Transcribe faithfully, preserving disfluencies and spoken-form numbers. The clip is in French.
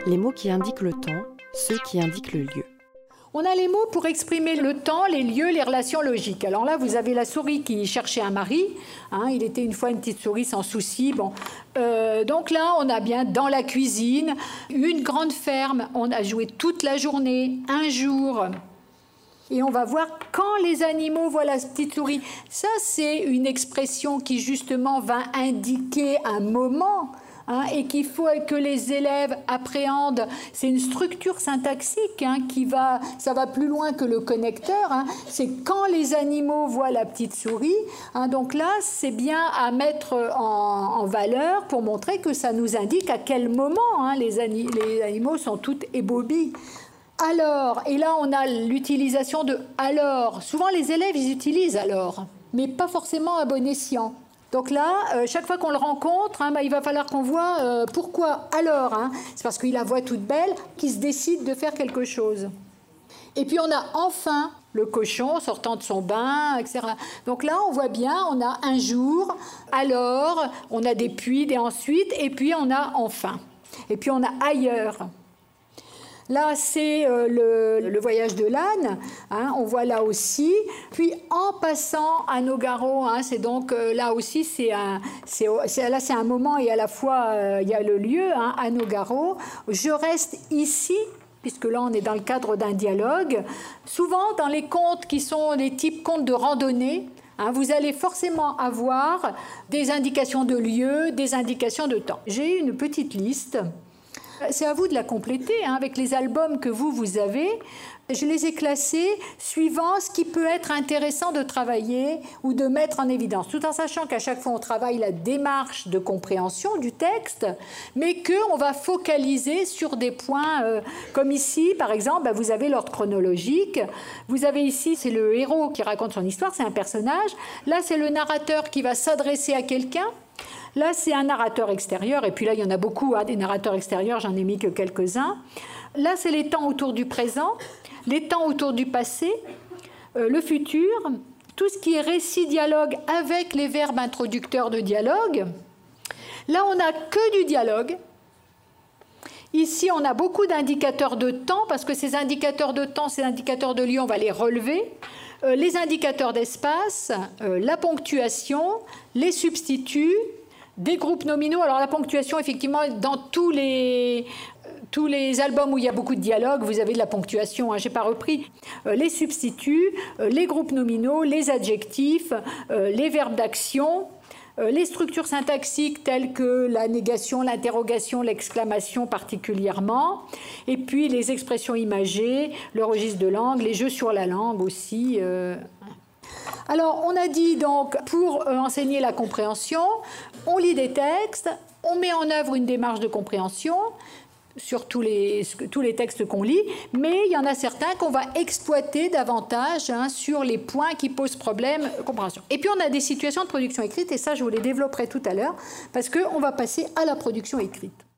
Les mots qui indiquent le temps, ceux qui indiquent le lieu. On a les mots pour exprimer le temps, les lieux, les relations logiques. Alors là, vous avez la souris qui cherchait un mari. Hein, il était une fois une petite souris sans souci. Bon. Euh, donc là, on a bien dans la cuisine, une grande ferme. On a joué toute la journée, un jour. Et on va voir quand les animaux voient la petite souris. Ça, c'est une expression qui, justement, va indiquer un moment. Hein, et qu'il faut que les élèves appréhendent. C'est une structure syntaxique hein, qui va, ça va plus loin que le connecteur. Hein, c'est quand les animaux voient la petite souris. Hein, donc là, c'est bien à mettre en, en valeur pour montrer que ça nous indique à quel moment hein, les, ani- les animaux sont tous ébobis. Alors, et là, on a l'utilisation de alors. Souvent, les élèves, ils utilisent alors, mais pas forcément à bon escient. Donc là, euh, chaque fois qu'on le rencontre, hein, bah, il va falloir qu'on voit euh, pourquoi alors. Hein, c'est parce qu'il la voit toute belle qu'il se décide de faire quelque chose. Et puis on a enfin le cochon sortant de son bain, et cetera. Donc là, on voit bien, on a un jour, alors, on a des puis, des ensuite, et puis on a enfin. Et puis on a ailleurs. Là, c'est euh, le, le voyage de l'âne, hein, on voit là aussi. Puis, en passant à Nogaro, hein, c'est donc euh, là aussi, c'est un, c'est, c'est, là, c'est un moment et à la fois, euh, il y a le lieu, hein, à Nogaro. Je reste ici, puisque là, on est dans le cadre d'un dialogue. Souvent, dans les contes qui sont les types contes de randonnée, hein, vous allez forcément avoir des indications de lieu, des indications de temps. J'ai une petite liste. C'est à vous de la compléter hein, avec les albums que vous, vous avez. Je les ai classés suivant ce qui peut être intéressant de travailler ou de mettre en évidence, tout en sachant qu'à chaque fois, on travaille la démarche de compréhension du texte, mais qu'on va focaliser sur des points euh, comme ici, par exemple, bah, vous avez l'ordre chronologique. Vous avez ici, c'est le héros qui raconte son histoire, c'est un personnage. Là, c'est le narrateur qui va s'adresser à quelqu'un. Là, c'est un narrateur extérieur, et puis là, il y en a beaucoup, hein, des narrateurs extérieurs, j'en ai mis que quelques-uns. Là, c'est les temps autour du présent, les temps autour du passé, euh, le futur, tout ce qui est récit-dialogue avec les verbes introducteurs de dialogue. Là, on n'a que du dialogue. Ici, on a beaucoup d'indicateurs de temps, parce que ces indicateurs de temps, ces indicateurs de lieu, on va les relever. Euh, les indicateurs d'espace, euh, la ponctuation, les substituts, des groupes nominaux. Alors la ponctuation, effectivement, dans tous les, tous les albums où il y a beaucoup de dialogue, vous avez de la ponctuation, hein, je n'ai pas repris. Euh, les substituts, euh, les groupes nominaux, les adjectifs, euh, les verbes d'action, euh, les structures syntaxiques telles que la négation, l'interrogation, l'exclamation particulièrement, et puis les expressions imagées, le registre de langue, les jeux sur la langue aussi. Euh, Alors, on a dit donc, pour euh, enseigner la compréhension, on lit des textes, on met en œuvre une démarche de compréhension sur tous les, tous les textes qu'on lit, mais il y en a certains qu'on va exploiter davantage hein, sur les points qui posent problème de compréhension. Et puis, on a des situations de production écrite, et ça, je vous les développerai tout à l'heure, parce qu'on va passer à la production écrite.